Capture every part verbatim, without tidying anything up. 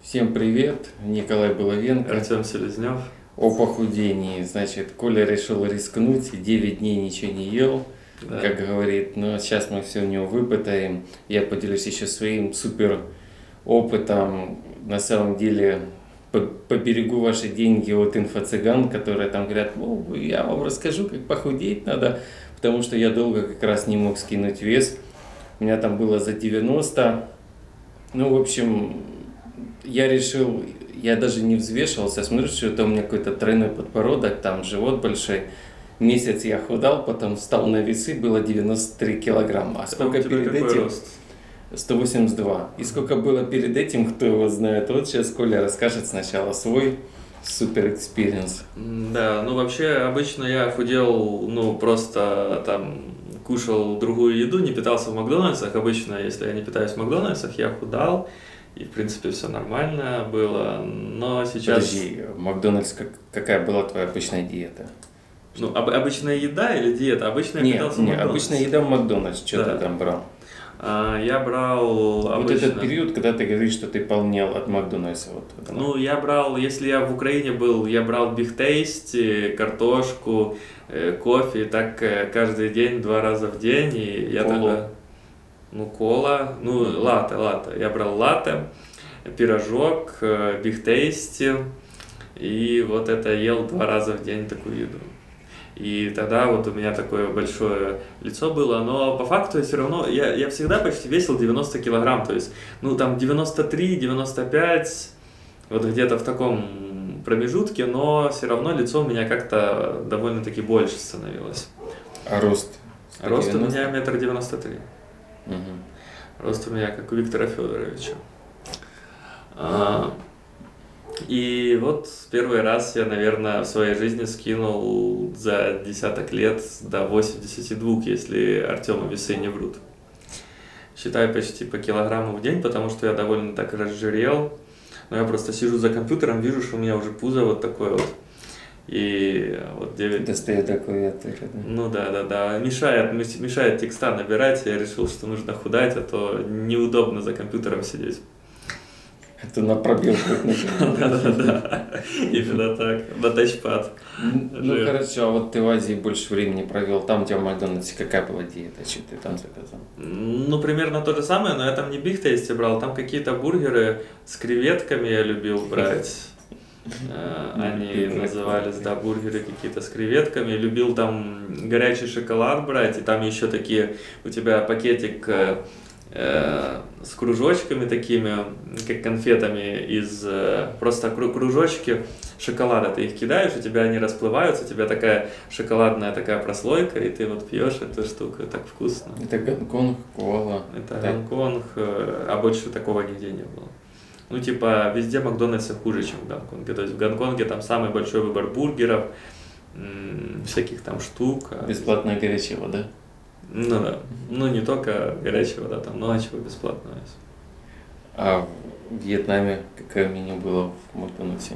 Всем привет, Николай Булавенко. Артем Селезнев. О похудении. Значит, Коля решил рискнуть, девять дней ничего не ел, Да. как говорит, но сейчас мы все у него выпытаем. Я поделюсь еще своим супер опытом. На самом деле, по- поберегу ваши деньги от инфо-цыган, которые там говорят, ну, я вам расскажу, как похудеть надо, потому что я долго как раз не мог скинуть вес. У меня там было за девяносто. Ну, в общем, я решил, я даже не взвешивался, смотрю, что это у меня какой-то тройной подбородок, там живот большой. Месяц я худал, потом встал на весы, было девяносто три килограмма. А сколько у тебя перед какой этим? рост? сто восемьдесят два. И сколько было перед этим, кто его знает. Вот сейчас Коля расскажет сначала свой супер экспириенс. М, Да, ну вообще обычно я худел, ну просто там кушал другую еду, не питался в Макдональдсах. Обычно, если я не питаюсь в Макдональдсах, я худал, и в принципе все нормально было. Но сейчас, Подожди, Макдональдс, как- какая была твоя обычная диета? ну об- обычная еда или диета? Обычно я Нет, питался в не, Макдональдсе. обычная еда в Макдональдс, что Да. ты там брал? А, я брал Вот обычно. этот период, когда ты говоришь, что ты полнел от Макдональдса. Вот, это. Ну, я брал, если я в Украине был, я брал Big Tasty, картошку, э, кофе, и так э, каждый день, два раза в день, и я Колу. тогда, ну, кола, ну, Мгм. латте, латте, я брал латте, пирожок, э, Big Tasty, и вот это ел два раза в день такую еду. И тогда вот у меня такое большое лицо было, но по факту я все равно, я, я всегда почти весил девяносто килограмм, то есть, ну, там девяносто три, девяносто пять, вот где-то в таком промежутке, но все равно лицо у меня как-то довольно-таки больше становилось. А рост? Рост у сто девяносто? меня метр девяносто три. Мгм. Рост у меня как у Виктора Федоровича. А, И вот первый раз я, наверное, в своей жизни скинул за десяток лет до восьмидесяти двух, если Артема весы не врут. Считаю почти по килограмму в день, потому что я довольно так разжирел. Но я просто сижу за компьютером, вижу, что у меня уже пузо вот такое вот. И вот девять... Достает до клавиатуры, да? Ну да, да, да. Мешает, меш- мешает текста набирать. Я решил, что нужно худать, а то неудобно за компьютером сидеть. Это на пробел хоть нажимал. Да-да-да, именно так, на тачпад. Ну Жир. хорошо, а вот ты в Азии больше времени провел. Там у тебя в Макдональдсе какая была диета? Что ты там заказал? Ну, примерно то же самое, но я там не Big Tasty брал, там какие-то бургеры с креветками я любил брать. Э, Они Любил назывались, брать. да, бургеры какие-то с креветками. Любил там горячий шоколад брать, и там еще такие, у тебя пакетик э, э, с кружочками такими, как конфетами из э, просто кру- кружочки шоколада. Ты их кидаешь, у тебя они расплываются, у тебя такая шоколадная такая прослойка, и ты вот пьешь эту штуку, так вкусно. Это Гонконг, кола. Это Так. Гонконг, э, а больше такого нигде не было. Ну, типа, везде Макдональдсы хуже, чем в Гонконге. То есть в Гонконге там самый большой выбор бургеров, м, всяких там штук. а- Бесплатная горячая вода. Ну да. Ну, не только горячая вода, там много чего бесплатного есть. А в Вьетнаме какое меню было в Макдональдсе?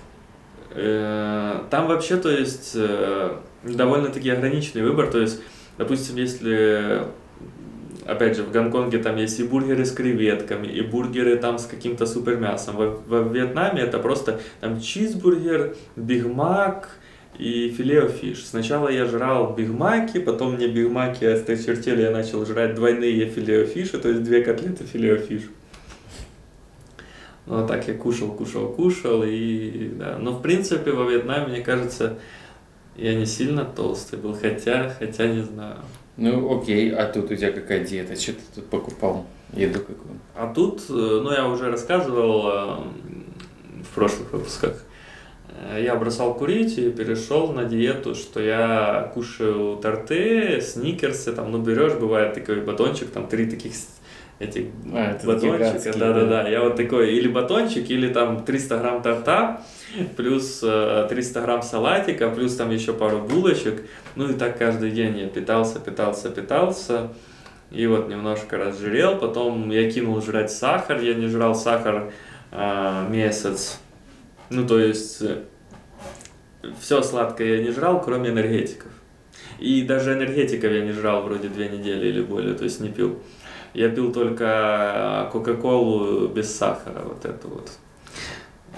Э, Там вообще, то есть, э, довольно-таки ограниченный выбор. То есть, допустим, если, опять же, в Гонконге там есть и бургеры с креветками, и бургеры там с каким-то супер мясом. Во, во Вьетнаме это просто там чизбургер, Биг Мак и филе-о-фиш. Сначала я жрал Биг Маки, потом мне Биг Маки осточертели, я начал жрать двойные филе-о-фиши, то есть две котлеты филе-о-фиш. Ну, а так я кушал, кушал, кушал, и да. Но, в принципе, во Вьетнаме, мне кажется, я не сильно толстый был, хотя, хотя не знаю. Ну окей, а тут у тебя какая диета? Что ты тут покупал? Еду какую? А тут, э, ну, я уже рассказывал э, в прошлых выпусках, э, я бросал курить и перешел на диету, что я кушаю торты, сникерсы, там, ну, берешь, бывает такой батончик, там, три таких с- этих А, это батончика, гигантские, да-да-да, я вот такой, или батончик, или там триста грамм торта, плюс э, триста грамм салатика, плюс там еще пару булочек, ну и так каждый день я питался, питался, питался, и вот немножко разжирел, потом я кинул жрать сахар, я не жрал сахар э, месяц, ну то есть все сладкое я не жрал, кроме энергетиков, и даже энергетиков я не жрал вроде две недели или более, то есть не пил. Я пил только Кока-Колу без сахара, вот эту вот.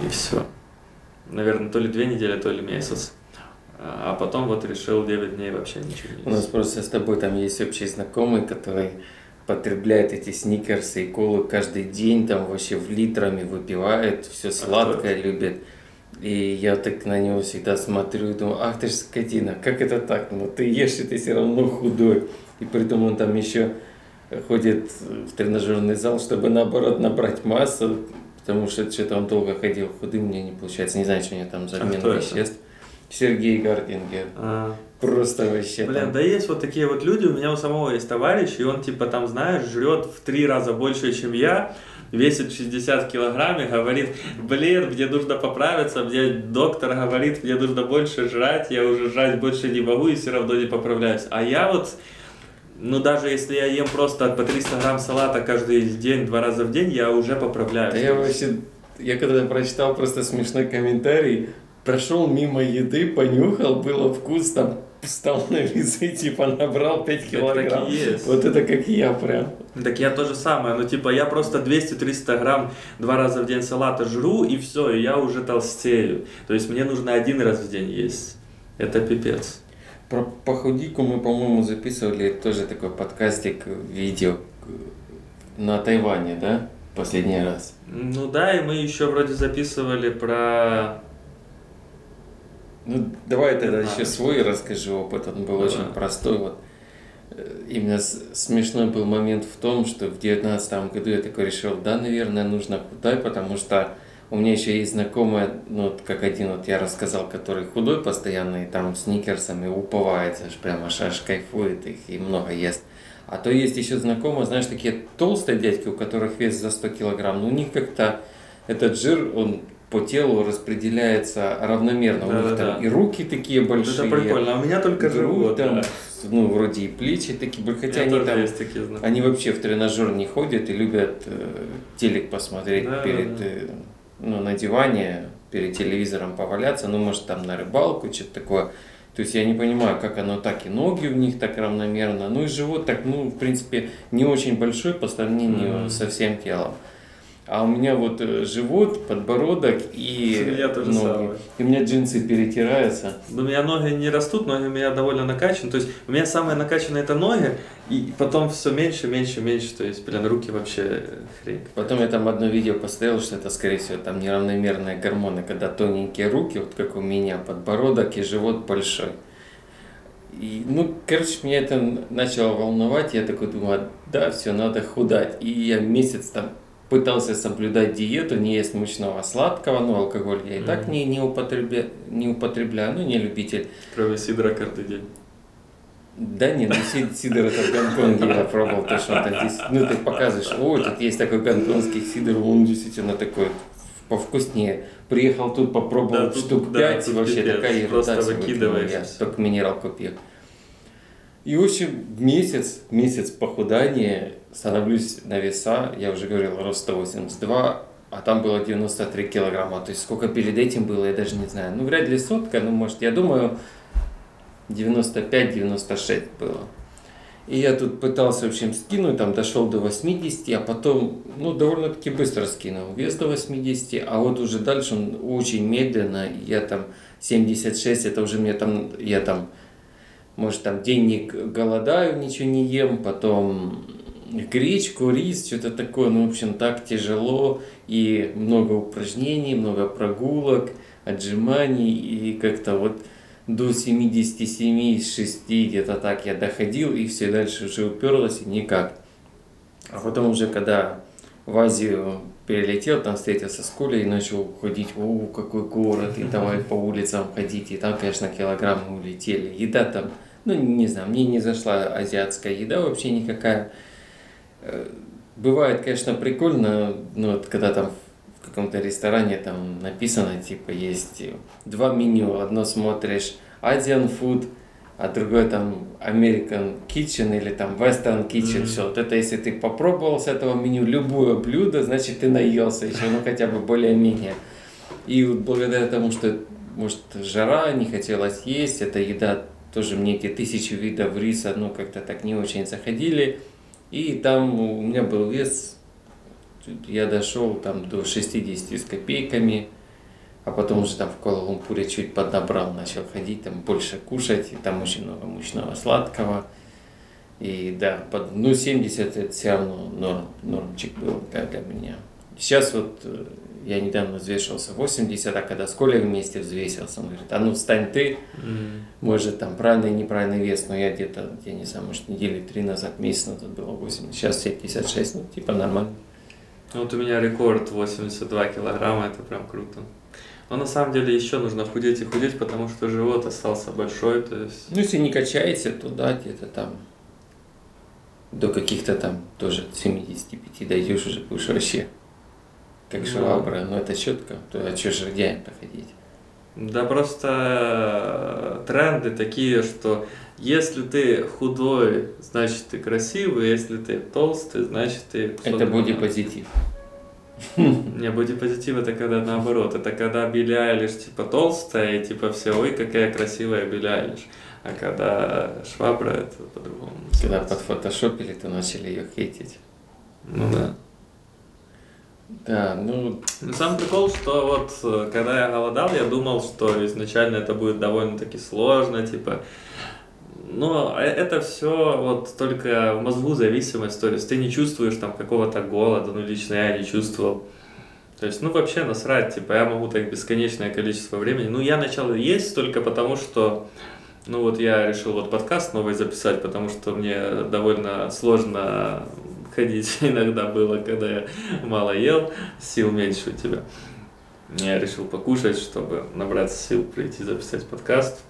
и все. Наверное, то ли две недели, то ли месяц. А потом вот решил девять дней вообще ничего не есть. У нас просто с тобой там есть общий знакомый, который потребляет эти сникерсы и колы каждый день, там вообще в литрами выпивает, все сладкое А любит. И я так на него всегда смотрю и думаю, ах ты ж скотина, как это так? Ну ты ешь, и ты все равно худой. И при том он там еще ходит в тренажерный зал, чтобы наоборот набрать массу, потому что что-то он долго ходил худым, мне не получается, не знаю, что у него там за А обмен кто это? веществ. Сергей Гардингер. А, Просто вообще Блин, там. да есть вот такие вот люди, у меня у самого есть товарищ, и он типа там, знаешь, жрет в три раза больше, чем я, весит шестьдесят килограмм и говорит, блин, мне нужно поправиться, мне доктор говорит, мне нужно больше жрать, я уже жрать больше не могу и все равно не поправляюсь. А я вот, ну даже если я ем просто по триста грамм салата каждый день, два раза в день, я уже поправляюсь. Да я вообще, я когда прочитал просто смешной комментарий, прошел мимо еды, понюхал, было вкусно, встал на весы, типа набрал пять Так килограмм. так и есть. Вот это как я прям. Так я то же самое, ну типа я просто двести-триста грамм два раза в день салата жру и все, и я уже толстею. То есть мне нужно один раз в день есть. Это пипец. Про похудейку мы, по-моему, записывали тоже такой подкастик, видео на Тайване, да? Последний раз. Ну да, и мы еще вроде записывали про... Ну, давай Не тогда знаю. еще свой расскажи опыт, он был Давай. очень простой. Вот. Э, Именно с- смешной был момент в том, что в девятнадцатом году я такой решил, да, наверное, нужно худой, потому что у меня еще есть знакомая, ну, вот как один вот я рассказал, который худой постоянно, и там сникерсами уповается, аж прям аж, аж кайфует их и много ест. А то есть еще знакомые, знаешь, такие толстые дядьки, у которых вес за сто килограмм, но у них как-то этот жир, он по телу распределяется равномерно. У них Да-да-да. там и руки такие Вот большие, это прикольно, а у меня только грудь живот, там, да. ну, вроде и плечи такие, У хотя меня они тоже там, есть такие знакомые. они вообще в тренажер не ходят и любят э, телек посмотреть Да, перед, да. э, ну, на диване, перед телевизором поваляться, ну, может, там на рыбалку, что-то такое. То есть я не понимаю, как оно так, и ноги у них так равномерно, ну и живот так, ну, в принципе, не очень большой по сравнению Мгм. со всем телом. А у меня вот э, живот, подбородок и У меня то же ноги. самое. И у меня джинсы перетираются. У меня ноги не растут, ноги у меня довольно накачаны. То есть у меня самые накачанные это ноги, и потом все меньше, меньше, меньше. То есть, блин, руки вообще хрень. Потом я там одно видео поставил, что это, скорее всего, там неравномерные гормоны, когда тоненькие руки, вот как у меня, подбородок и живот большой. И, ну, короче, меня это начало волновать, я такой думаю, да, все, надо худать. И я месяц там пытался соблюдать диету, не есть мучного сладкого, ну, алкоголь я и так Мгм. не, не, употребля, не употребляю, ну, не любитель. Кроме сидра каждый день. Да нет, ну си- сидр это в Гонконге я пробовал, то что он там здесь, ну ты показываешь, ой, тут есть такой гонконгский сидр, он действительно такой повкуснее. Приехал тут, попробовал Да, тут- штук да, пять, тут вообще пипец, такая ерунда. просто всё выкидываешь, выкинул, я и всё. только минералку пил. И, в общем, месяц, месяц похудания, становлюсь на веса, я уже говорил, рост сто восемьдесят два, а там было девяносто три килограмма. То есть сколько перед этим было, я даже не знаю. Ну, вряд ли сотка, ну, может, я думаю, девяносто пять - девяносто шесть было. И я тут пытался, в общем, скинуть, там дошел до восьмидесяти, а потом, ну, довольно-таки быстро скинул вес до восьмидесяти, а вот уже дальше он очень медленно, я там семьдесят шесть, это уже мне там, я там, может, там денег голодаю, ничего не ем, потом гречку, рис, что-то такое, ну, в общем, так тяжело, и много упражнений, много прогулок, отжиманий, и как-то вот до семидесяти семи, шести где-то так я доходил, и все дальше уже уперлось, и никак. А потом уже, когда в Азию перелетел, там встретился с Колей и начал ходить, о, какой город, и давай по улицам ходить, и там, конечно, килограммы улетели. Еда там, ну, не знаю, мне не зашла азиатская еда вообще никакая. Э, Бывает, конечно, прикольно, ну, вот когда там в каком-то ресторане там написано, типа, есть два меню, одно смотришь Asian food, а другое там American Kitchen или там Western Kitchen, Мгм. все. Вот это если ты попробовал с этого меню любое блюдо, значит ты наелся еще, ну хотя бы более-менее. И вот благодаря тому, что, может, жара, не хотелось есть, эта еда тоже мне эти тысячи видов риса, ну как-то так не очень заходили. И там у меня был вес, я дошел там до шестидесяти с копейками, А потом уже там в Куала-Лумпуре чуть поднабрал, начал ходить, там больше кушать, и там очень много мучного, сладкого. И да, под, ну семьдесят это все равно норм, нормчик был для, для меня. Сейчас вот э, я недавно взвешивался восемьдесят, а когда с Колей вместе взвесился, он говорит, а ну встань ты, Mm. может там правильный и неправильный вес, но я где-то, я не знаю, может недели три назад, месяц назад было восемьдесят, сейчас семьдесят шесть, ну типа нормально. Вот у меня рекорд восемьдесят два килограмма, это прям круто. Но на самом деле еще нужно худеть и худеть, потому что живот остался большой, то есть... Ну если не качаете, то да, где-то там до каких-то там тоже семидесяти пяти дойдешь, уже будешь вообще как швабра, но это четко, то а что же где-то ходить? Да просто тренды такие, что если ты худой, значит ты красивый, если ты толстый, значит ты... Это бодипозитив. Не, бодипозитив это когда наоборот, это когда Билли Айлиш типа толстая, и типа все, ой, какая красивая Билли Айлиш. А когда швабра, это по-другому. Когда подфотошопили, то начали ее хейтить. Ну да. Да, ну... Ну, сам прикол, что вот когда я голодал, я думал, что изначально это будет довольно-таки сложно, типа... Но это все вот только в мозгу зависимость, то есть ты не чувствуешь там какого-то голода, ну лично я не чувствовал. То есть, ну вообще насрать, типа я могу так бесконечное количество времени. Ну я начал есть только потому, что, ну вот я решил вот подкаст новый записать, потому что мне довольно сложно ходить иногда было, когда я мало ел, сил меньше у тебя. Я решил покушать, чтобы набрать сил прийти записать подкаст.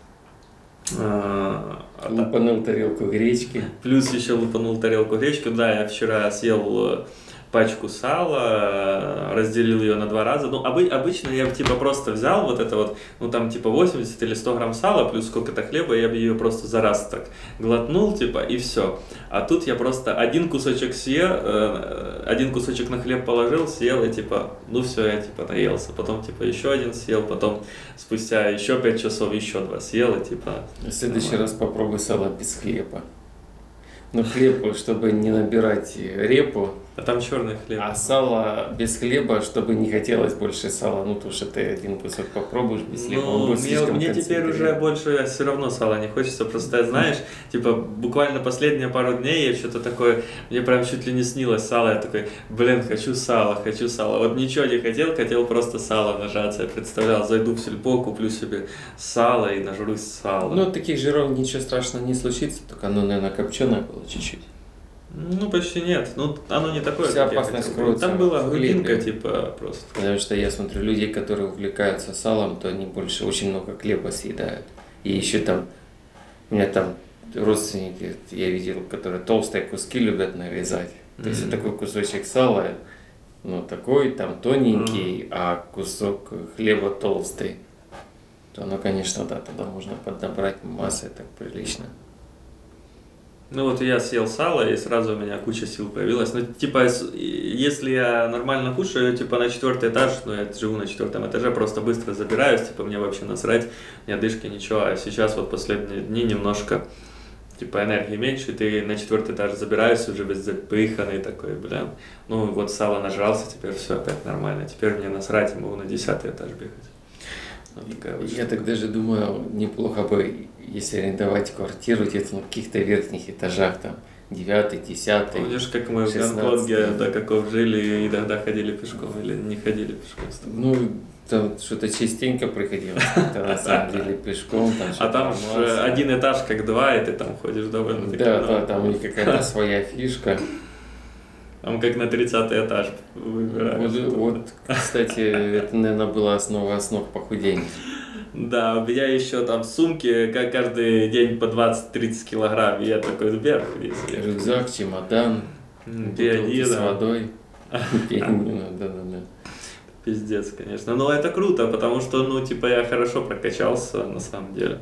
А, Лупанул тарелку гречки. Плюс еще лупанул тарелку гречки. Да, я вчера съел пачку сала, разделил ее на два раза. Ну, обы- обычно я типа просто взял вот это вот, ну там типа восемьдесят или сто грамм сала, плюс сколько-то хлеба, я бы ее просто за раз так глотнул, типа, и все. А тут я просто один кусочек съел, э, один кусочек на хлеб положил, съел, и типа, ну все, я типа наелся. Потом типа еще один съел, потом спустя еще пять часов еще два съел, и типа... В следующий раз попробуй сало без хлеба. Ну, хлеб, чтобы не набирать репу. А там черный хлеб. А сало без хлеба, чтобы не хотелось больше сала. Ну, то, что ты один кусок попробуешь без хлеба, он Ну, будет мне, слишком мне теперь уже больше все равно сала не хочется, просто знаешь, типа буквально последние пару дней я что-то такое, мне прям чуть ли не снилось сало, я такой, блин, хочу сало, хочу сало, вот ничего не хотел, хотел просто сало нажаться, я представлял, зайду в сельпо, куплю себе сало и нажрусь сала. Ну, от таких жиров ничего страшного не случится, только оно, наверное, копченое было чуть-чуть. Ну, почти нет. Ну, оно не такое, Вся как я опасность хотел. кроется Там была в грудинка, хлебе. типа, просто. Потому что я смотрю людей, которые увлекаются салом, то они больше очень много хлеба съедают. И еще там, у меня там родственники, я видел, которые толстые куски любят нарезать. То есть Мгм. такой кусочек сала, ну такой там тоненький, а кусок хлеба толстый. То оно, конечно, да, тогда можно поднабрать массы так прилично. Ну вот я съел сало, и сразу у меня куча сил появилась. Ну, типа, с- и- если я нормально кушаю, типа на четвертый этаж, ну я живу на четвертом этаже, просто быстро забираюсь, типа мне вообще насрать, ни одышки, ничего. А сейчас вот последние дни немножко, типа, энергии меньше, и ты на четвертый этаж забираешься, уже весь запыханный такой, блин. Ну вот сало нажрался, теперь все опять нормально. Теперь мне насрать, я могу на десятый этаж бегать. Вот такая вот Я штука. так даже думаю, неплохо бы, если арендовать квартиру где-то на каких-то верхних этажах, там, девятый, десятый. Помнишь, как мы в шестнадцатый. Гонконге до каков жили и иногда ходили пешком или не ходили пешком? с тобой? Ну, там что-то частенько приходилось, как-то на самом деле пешком. Там А что-то там же ломался. один этаж как два, и ты там ходишь довольно-таки Да, много. да, там у них какая-то своя фишка. Там как на тридцатый этаж выбираешь. Вот, вот, кстати, это, наверное, была основа основ похудения. Да, у меня еще там сумки как каждый день по двадцать-тридцать килограмм, и я такой вверх весь. Рюкзак, чемодан, М, бутылки с Пианино. водой. Пианино, да-да-да. Пиздец, конечно. Но это круто, потому что, ну, типа, я хорошо прокачался, на самом деле.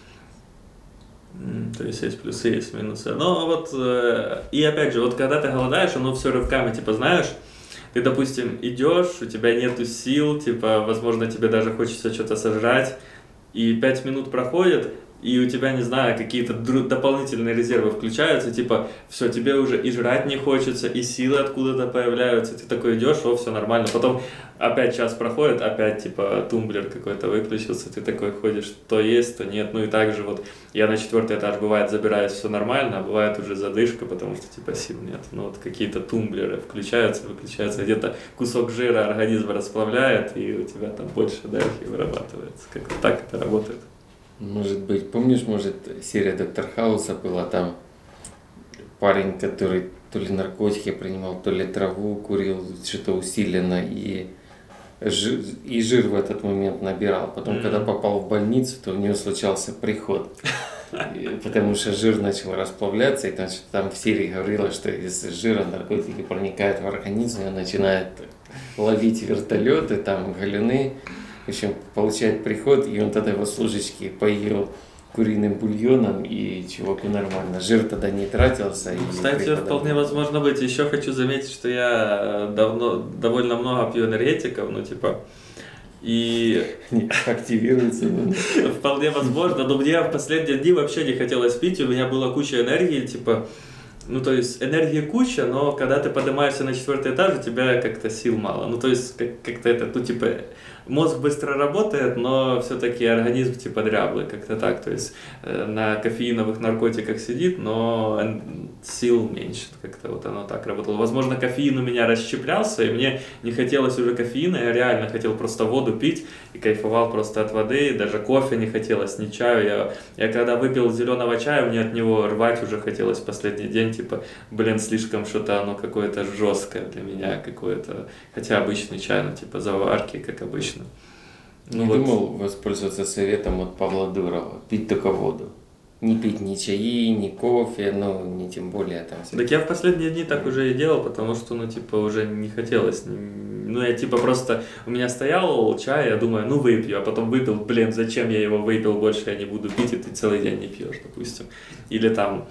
М, То есть есть плюсы, есть минусы. Но вот, э, и опять же, вот когда ты голодаешь, оно все рывками, типа, знаешь, ты, допустим, идешь, у тебя нету сил, типа, возможно, тебе даже хочется что-то сожрать, и пять минут проходит, и у тебя, не знаю, какие-то дру- дополнительные резервы включаются, типа, все, тебе уже и жрать не хочется, и силы откуда-то появляются, ты такой идешь, о, все нормально, потом опять час проходит, опять, типа, тумблер какой-то выключился, ты такой ходишь, то есть, то нет, ну и также вот, я на четвертый этаж, бывает, забираюсь, все нормально, а бывает уже задышка, потому что, типа, сил нет, ну вот какие-то тумблеры включаются, выключаются, где-то кусок жира организм расплавляет, и у тебя там больше энергии вырабатывается, как-то так это работает. Может быть, помнишь, может, серия Доктор Хауса была, там парень, который то ли наркотики принимал, то ли траву курил, что-то усиленно, и жир, и жир в этот момент набирал. Потом, mm-hmm. когда попал в больницу, то у него случался приход, потому что жир начал расплавляться, и там, там в серии говорилось, что из жира наркотики проникают в организм, и он начинает ловить вертолеты, там галюны. В общем, получает приход, и он тогда его с ложечки поел куриным бульоном, и чуваку нормально. Жир тогда не тратился. И Кстати, вполне возможно быть. Еще хочу заметить, что я давно, довольно много пью энергетиков, ну типа, и... Активируется. Вполне возможно, но мне в последние дни вообще не хотелось пить, у меня была куча энергии, типа, ну, то есть, энергии куча, но когда ты поднимаешься на четвертый этаж, у тебя как-то сил мало. Ну, то есть, как- как-то это, ну, типа, мозг быстро работает, но все-таки организм, типа, дряблый, как-то так. То есть, э, на кофеиновых наркотиках сидит, но эн- сил меньше, как-то вот оно так работало. Возможно, кофеин у меня расщеплялся, и мне не хотелось уже кофеина, я реально хотел просто воду пить, и кайфовал просто от воды, даже кофе не хотелось, ни чаю. Я, я когда выпил зеленого чая, мне от него рвать уже хотелось в последний день, типа, блин, слишком что-то оно какое-то жесткое для меня, какое-то, хотя обычный чай, ну, типа, заварки, как обычно. Ну, вот. Думал воспользоваться советом от Павла Дурова, пить только воду. Не пить ни чаи, ни кофе, ну, не тем более там... Так я в последние дни так уже и делал, потому что, ну, типа, уже не хотелось. Ну, я, типа, просто... У меня стоял чай, я думаю, ну, выпью, а потом выпил, блин, зачем я его выпил, больше я не буду пить, и ты целый день не пьешь, допустим. Или там...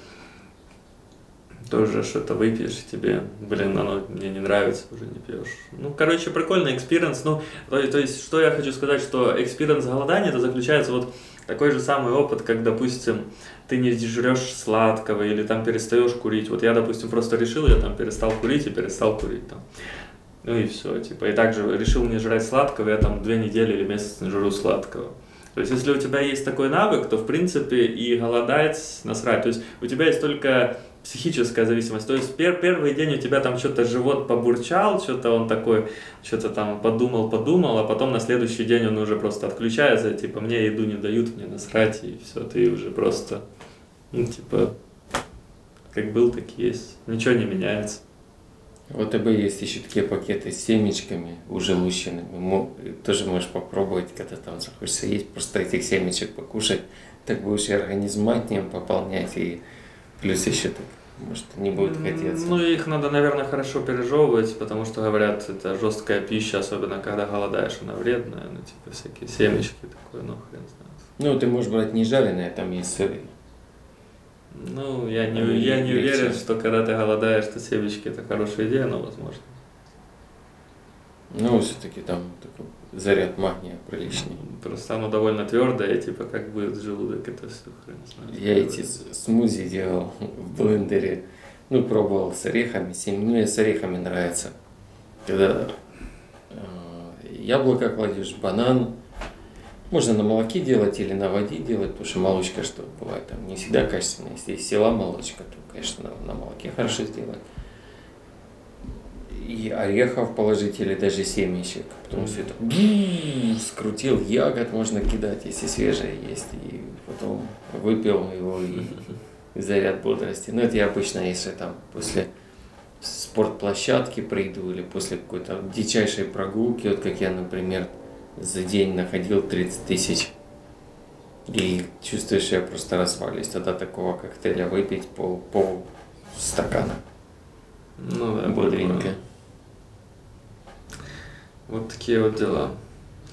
тоже что-то выпьешь, и тебе, блин, оно мне не нравится, уже не пьешь. Ну, короче, прикольный экспириенс. Ну, то, то есть, что я хочу сказать, что экспириенс голодания, это заключается вот такой же самый опыт, как, допустим, ты не жрешь сладкого или там перестаешь курить. Вот я, допустим, просто решил, я там перестал курить и перестал курить там. Ну и все, типа, и также решил не жрать сладкого, я там две недели или месяц не жру сладкого. То есть, если у тебя есть такой навык, то, в принципе, и голодать насрать. То есть, у тебя есть только психическая зависимость. То есть, пер первый день у тебя там что-то живот побурчал, что-то он такой, что-то там подумал, подумал, а потом на следующий день он уже просто отключается, типа, мне еду не дают, мне насрать, и все, ты уже просто, ну, типа, как был, так и есть. Ничего не меняется. В АТБ есть еще такие пакеты с семечками уже лущенными. Тоже можешь попробовать, когда там захочется есть, просто этих семечек покушать. Так будешь и организм магнием пополнять, и плюс еще так, может, не будет хотеться. Ну, их надо, наверное, хорошо пережевывать, потому что, говорят, это жесткая пища, особенно когда голодаешь, она вредная. Ну, типа, всякие семечки такое, ну, хрен знает. Ну, ты можешь брать не жареные, там есть сырые. Ну, я не, Они я не уверен, что когда ты голодаешь, то семечки это хорошая идея, но возможно. Ну, все-таки там такой заряд магния приличный. Просто оно довольно твердое, типа как будет желудок, это все хрен знает. Я эти смузи делал в блендере, ну, пробовал с орехами, семь, ну, мне с орехами нравится. Когда э, яблоко кладешь, банан, можно на молоке делать или на воде делать, потому что молочка, что бывает, там не всегда качественная. Если есть села молочка, то, конечно, на, на молоке хорошо сделать. И орехов положить, или даже семечек. Потом все это скрутил, ягод можно кидать, если свежее есть. И потом выпил его, и заряд бодрости. Ну, это я обычно, если там после спортплощадки приду, или после какой-то дичайшей прогулки, вот как я, например, за день находил тридцать тысяч. И чувствуешь, что я просто развалюсь. Тогда такого коктейля выпить пол, пол стакана. Ну да, бодренько. Вот такие вот дела.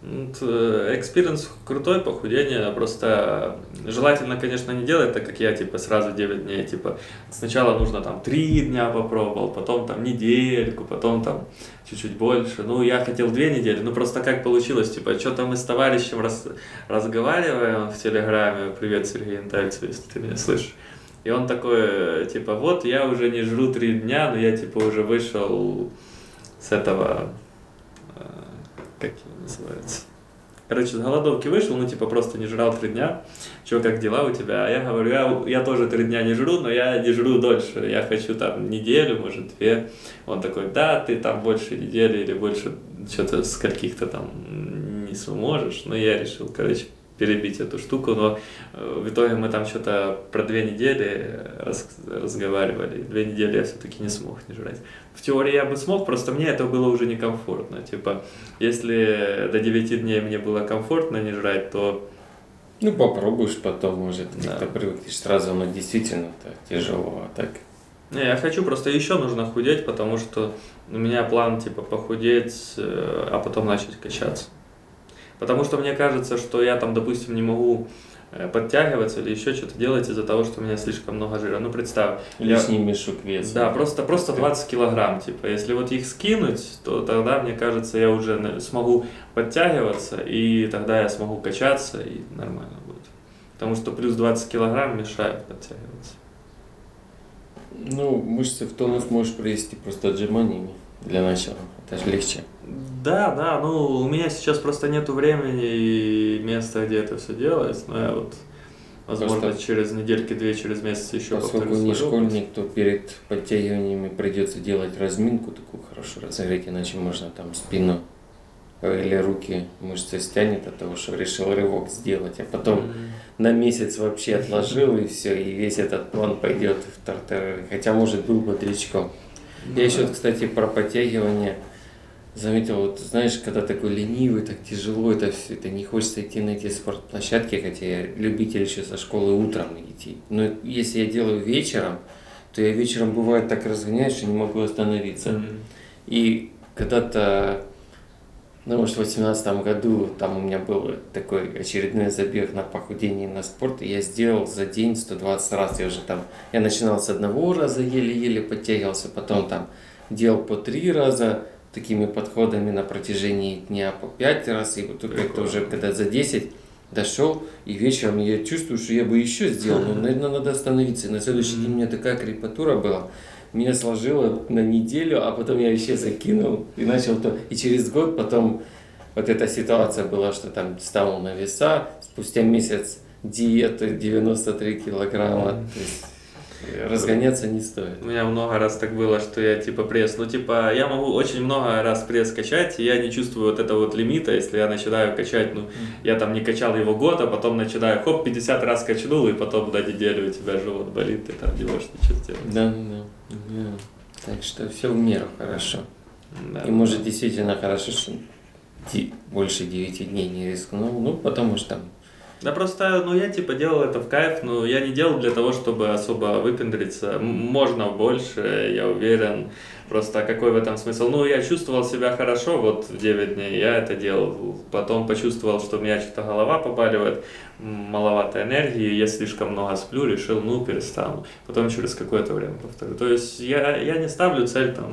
Вот, э, Экспириенс крутой, похудение, просто желательно, конечно, не делать так, как я, типа, сразу девять дней, типа, сначала нужно там три дня попробовал, потом там недельку, потом там чуть-чуть больше, ну, я хотел две недели, ну, просто как получилось, типа, что-то мы с товарищем раз, разговариваем в Телеграме, привет, Сергей Интальцев, если ты меня слышишь, и он такой, типа, вот, я уже не жру три дня, но я, типа, уже вышел с этого... как его называется. Короче, с голодовки вышел, ну, типа, просто не жрал три дня. Чё, как дела у тебя? А я говорю, я, я тоже три дня не жру, но я не жру дольше. Я хочу там неделю, может, две. Он такой, да, ты там больше недели или больше что-то с каких-то там не сможешь. Но я решил, короче, перебить эту штуку, но в итоге мы там что-то про две недели раз, разговаривали. Две недели я все-таки не смог не жрать. В теории я бы смог, просто мне это было уже некомфортно. Типа, если до девяти дней мне было комфортно не жрать, то... Ну, попробуешь потом, может, Да. как-то привыкнешь. Сразу оно действительно так тяжело, а так... Не, я хочу, просто еще нужно худеть, потому что у меня план, типа, похудеть, а потом начать качаться. Потому что мне кажется, что я там, допустим, не могу подтягиваться или еще что-то делать из-за того, что у меня слишком много жира. Ну, представь. Лишний я... мешок веса. Да, просто, просто двадцать килограмм, типа. Если вот их скинуть, то тогда, мне кажется, я уже смогу подтягиваться, и тогда я смогу качаться, и нормально будет. Потому что плюс двадцать килограмм мешают подтягиваться. Ну, мышцы в тонус можешь привести просто отжиманиями для начала. Это же легче. Да, да, ну у меня сейчас просто нету времени и места, где это все делать, но я вот, возможно, Просто через недельки-две, через месяц еще поскольку повторю не свой школьник, то перед подтягиваниями придется делать разминку такую хорошо разогреть, иначе можно там спину или руки мышцы стянет от того, что решил рывок сделать, а потом опыт. на месяц вообще отложил и все, и весь этот план пойдет в тартарары. Хотя, может, был бодрячком. Ну, Я еще, да. кстати, про подтягивание заметил, вот знаешь, когда такой ленивый, так тяжело это все, это не хочется идти на эти спортплощадки, хотя я любитель еще со школы утром идти. Но если я делаю вечером, то я вечером бывает так разгоняюсь, что не могу остановиться. Мгм. И когда-то, ну, может, в восемнадцатом году там у меня был такой очередной забег на похудение и на спорт, и я сделал за день сто двадцать раз. Я уже там, я начинал с одного раза, еле-еле подтягивался, потом там делал по три раза, такими подходами на протяжении дня по пять раз, и вот тут как-то уже когда за десять дошел, и вечером я чувствую, что я бы еще сделал, но, наверное, надо остановиться. И на следующий день у меня такая крепатура была, меня сложило на неделю, а потом я еще закинул и начал то. И через год потом вот эта ситуация была, что там встал на веса, спустя месяц диеты девяносто три килограмма, то есть разгоняться не стоит. У меня много раз так было, что я типа пресс, ну типа я могу очень много раз пресс качать, и я не чувствую вот этого вот лимита, если я начинаю качать, ну я там не качал его год, а потом начинаю, хоп, пятьдесят раз качнул, и потом до недели у тебя живот болит, ты там не можешь ничего сделать. Да, да, да. Так что все в меру хорошо. Да. И может действительно хорошо, что ди- больше девяти дней не рискнул, ну потому что там Да просто, ну я типа делал это в кайф, но я не делал для того, чтобы особо выпендриться. М- Можно больше, я уверен. Просто какой в этом смысл? Ну, я чувствовал себя хорошо, вот в девять дней я это делал. Потом почувствовал, что у меня что-то голова побаливает, м, маловато энергии, я слишком много сплю, решил, ну, перестану. Потом через какое-то время повторю. То есть я, я не ставлю цель там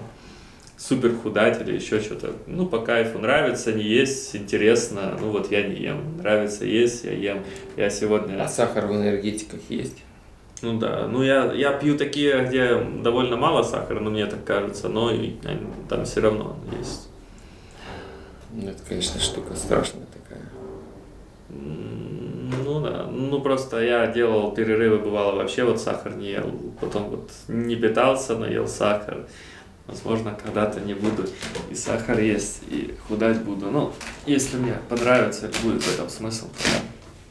супер худать или еще что-то. Ну, по кайфу. Нравится, не есть, интересно. Ну, вот я не ем. Нравится есть, я ем. Я сегодня... а сахар в энергетиках есть. Ну да, ну я, я пью такие, где довольно мало сахара, ну мне так кажется, но и, они- там все равно он есть. Ну, это, конечно, штука страшная такая. М, Ну да, ну просто я делал перерывы, бывало вообще вот сахар не ел, потом вот не питался, но ел сахар. Возможно, когда-то не буду и сахар есть, и худать буду. Ну, если мне понравится, будет в этом смысл, то да.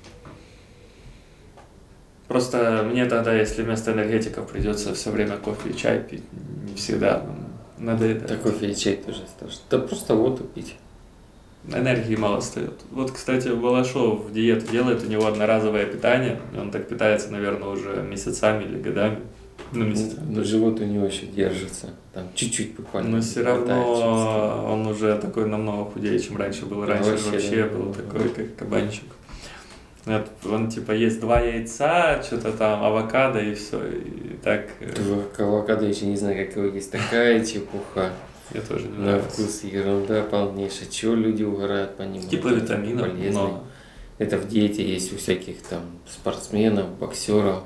Просто мне тогда, если вместо энергетиков придется все время кофе и чай пить, не всегда ну, надоедает. Так кофе и чай тоже страшно. Да просто воду пить. Энергии мало остается. Вот, кстати, Балашов диету делает, у него одноразовое питание, и он так питается, наверное, уже месяцами или годами. на месте. Но живот у него еще держится. Там чуть-чуть буквально. Но все равно он уже такой намного худее, чем раньше был. Раньше вообще, вообще да. был такой, как кабанчик. Вот Он типа ест два яйца, что-то там, авокадо и все. И так э, Ты авокадо еще не знаю, как его есть. Такая чепуха. мне тоже не На нравится. вкус ерунда полнейшая. Чего люди угорают по нему? Типа Это витаминов полезный. много. Это в диете есть у всяких там спортсменов, боксеров.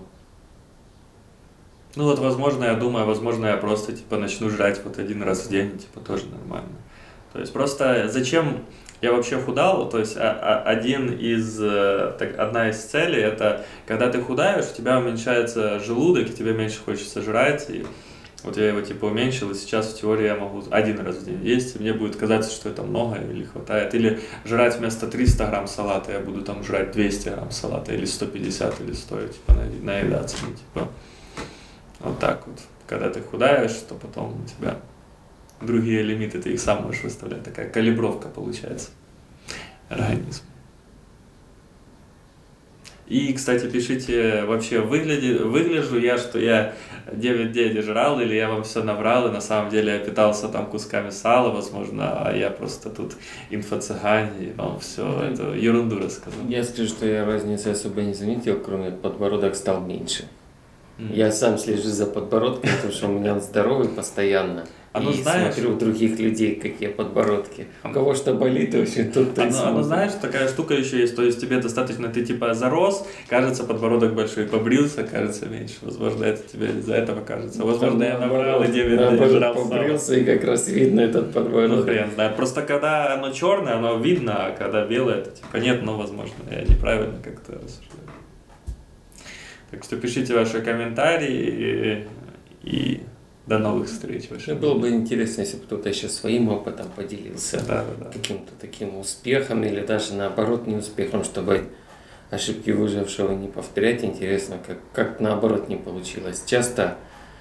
Ну вот, возможно, я думаю, возможно, я просто типа начну жрать вот один раз в день, и, типа тоже нормально. То есть просто зачем я вообще худал? То есть а- а- один из, э, так, одна из целей это когда ты худаешь, у тебя уменьшается желудок, и тебе меньше хочется жрать. И вот я его типа уменьшил, и сейчас в теории я могу один раз в день есть, и мне будет казаться, что это много или хватает. Или жрать вместо триста грамм салата я буду там жрать двести грамм салата, или сто пятьдесят, или сто, типа на- наедаться. Ну, типа. Вот так вот. Когда ты худаешь, то потом у тебя другие лимиты, ты их сам можешь выставлять. Такая калибровка получается. Организм. И, кстати, пишите, вообще выгляди, выгляжу я, что я девять дней жрал, или я вам все наврал, и на самом деле я питался там кусками сала, возможно, а я просто тут инфо-цыгане, и вам все Да. эту ерунду рассказал. Я скажу, что я разницы особо не заметил, кроме подбородок стал меньше. Мгм. Я сам слежу за подбородком, потому что у меня он здоровый постоянно. А ну и знаешь- смотрю у других людей, какие подбородки. У кого что болит, вообще тут то А и ну, а ну, смотрит. знаешь, такая штука еще есть, то есть тебе достаточно, ты типа зарос, кажется подбородок большой, побрился, кажется меньше, возможно, это тебе из-за этого кажется, возможно, я набрал и девять дней Наоборот, жрал сало. побрился, и как раз видно этот Ну подбородок. хрен знает, просто когда оно черное, оно видно, а когда белое, это типа нет, но возможно, я неправильно как-то рассуждаю. Так что пишите ваши комментарии и, и до новых встреч. Мне было бы интересно, если бы кто-то еще своим опытом поделился. Да, да, да. Каким-то таким успехом или даже наоборот неуспехом, чтобы ошибки выжившего не повторять. Интересно, как, как наоборот не получилось. Часто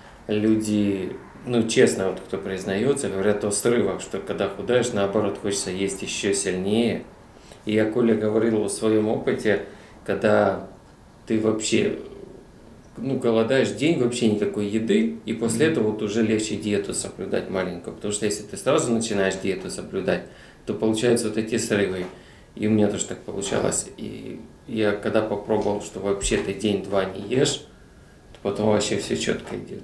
люди, ну честно, вот кто признается, говорят о срывах, что когда худаешь, наоборот хочется есть еще сильнее. И я Коля говорил о своем опыте, когда ты вообще ну, голодаешь день, вообще никакой еды, и после этого вот уже легче диету соблюдать маленькую. Потому что если ты сразу начинаешь диету соблюдать, то получаются вот эти срывы. И у меня тоже так получалось. И я когда попробовал, что вообще ты день-два не ешь, то потом вообще все четко идет.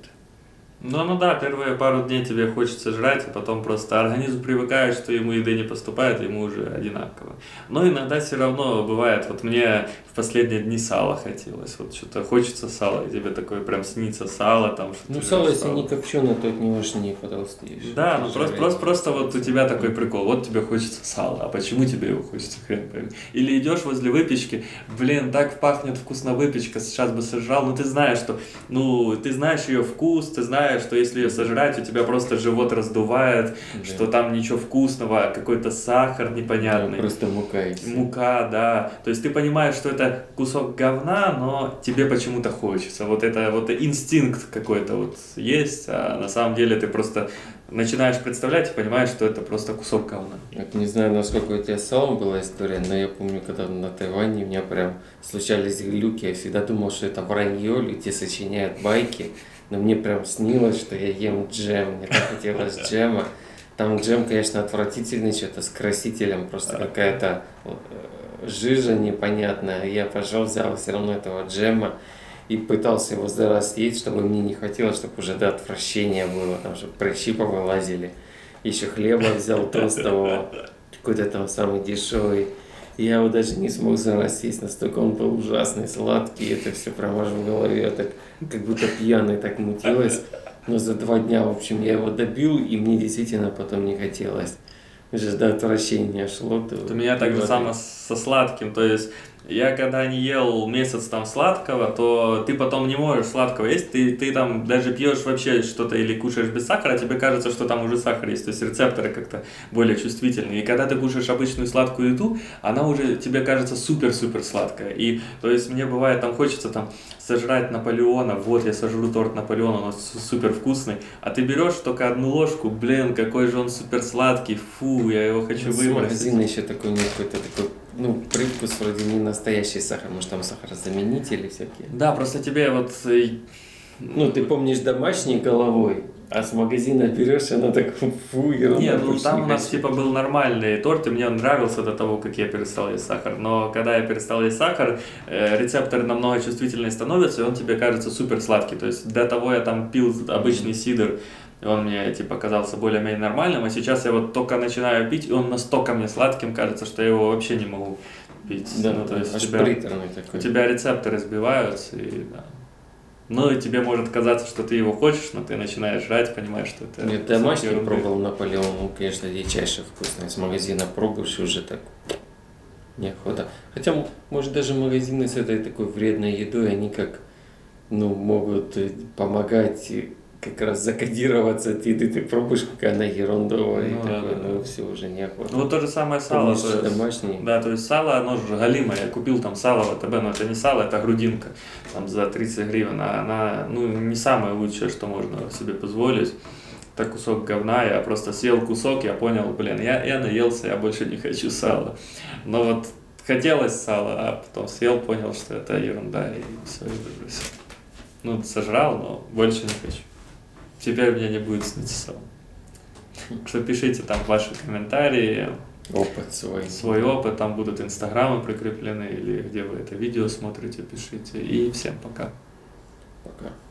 Ну, ну да, первые пару дней тебе хочется жрать, а потом просто организм привыкает, что ему еды не поступает, ему уже одинаково. Но иногда все равно бывает, вот мне в последние дни сала хотелось, вот что-то хочется сала, и тебе такое прям снится сало, там что-то. Ну, сало, если не копченое, то от него же не потолстеешь. Да, ну просто, просто, просто вот у тебя такой прикол, вот тебе хочется сала, а почему тебе его хочется, хрен пойми. Или идешь возле выпечки, блин, так пахнет вкусно выпечка, сейчас бы сожрал, ну ты знаешь, что, ну ты знаешь ее вкус, ты знаешь, что если ее сожрать, у тебя просто живот раздувает, Да. что там ничего вкусного, а какой-то сахар непонятный. Да, просто мука и всё. Мука, да. То есть ты понимаешь, что это кусок говна, но тебе почему-то хочется. Вот это вот инстинкт какой-то вот есть, а на самом деле ты просто начинаешь представлять и понимаешь, что это просто кусок говна. Вот не знаю, насколько у тебя с салом была история, но я помню, когда на Тайване у меня прям случались глюки, я всегда думал, что это вранье, люди сочиняют байки, но мне прям снилось, что я ем джем, мне так хотелось джема. Там джем, конечно, отвратительный, что-то с красителем, просто какая-то э, жижа непонятная. Я пошел, взял все равно этого джема и пытался его за раз съесть, чтобы мне не хватило, чтобы уже до отвращения было, там, чтобы прыщи повылазили. Еще хлеба взял толстого, какой-то там самый дешевый. И я его даже не смог за раз съесть, настолько он был ужасный, сладкий, и это все прям аж в голове, я так как будто пьяный так мутилось. Но за два дня, в общем, я его добил, и мне действительно потом не хотелось. Уже до отвращения шло. То Вот у меня так же само со сладким, то есть я когда не ел месяц там сладкого, то ты потом не можешь сладкого есть, ты, ты там даже пьешь вообще что-то или кушаешь без сахара, тебе кажется, что там уже сахар есть, то есть рецепторы как-то более чувствительные. И когда ты кушаешь обычную сладкую еду, она уже тебе кажется супер-супер сладкая. И то есть мне бывает там хочется там сожрать Наполеона, вот я сожру торт Наполеона, он супер вкусный, а ты берешь только одну ложку, блин, какой же он супер сладкий, фу, я его хочу С выбросить. магазина еще такой нет, какой-то такой, ну, привкус вроде не настоящий сахар, может там сахарозаменители всякие. Да, просто тебе вот, э, Ну, ты помнишь домашней головой, а с магазина берешь, она так фу, ерунда. Нет, ну больше там не у нас хочу. типа был нормальный торт, и мне он нравился до того, как я перестал есть сахар. Но когда я перестал есть сахар, э, рецепторы намного чувствительнее становятся, и он тебе кажется супер сладкий. То есть до того я там пил обычный сидр, и он мне типа казался более-менее нормальным, а сейчас я вот только начинаю пить, и он настолько мне сладким кажется, что я его вообще не могу пить. Да, ну, то есть аж у тебя, приторный у такой. тебя рецепторы сбиваются, и да. Ну и тебе может казаться, что ты его хочешь, но ты начинаешь жрать, понимаешь, что это... Я кусок домашний ерунды. пробовал Наполеон, ну, конечно, дичайше вкусно. Из магазина пробуешь, и уже так неохота. Хотя, м- может, даже магазины с этой такой вредной едой, они как, ну, могут э, помогать э, как раз закодироваться от еды. Ты пробуешь, какая она ерундовая, и Ну да, такой, да, ну, да. все, уже неохота. Ну вот то же самое сало. Помнишь, То есть, домашний? да, то есть сало, оно же галимое. Я купил там сало в АТБ, но это не сало, это грудинка. Там за тридцать гривен. А она, ну, не самое лучшее, что можно себе позволить. Это кусок говна, я просто съел кусок, я понял, блин, я, я наелся, я больше не хочу сала. Но вот хотелось сала, а потом съел, понял, что это ерунда, и все, и выбросил. Ну, сожрал, но больше не хочу. Теперь мне не будет сниться сало. Так что пишите там ваши комментарии, Опыт свой. свой опыт, там будут инстаграмы прикреплены, или где вы это видео смотрите, пишите. И всем пока. Пока.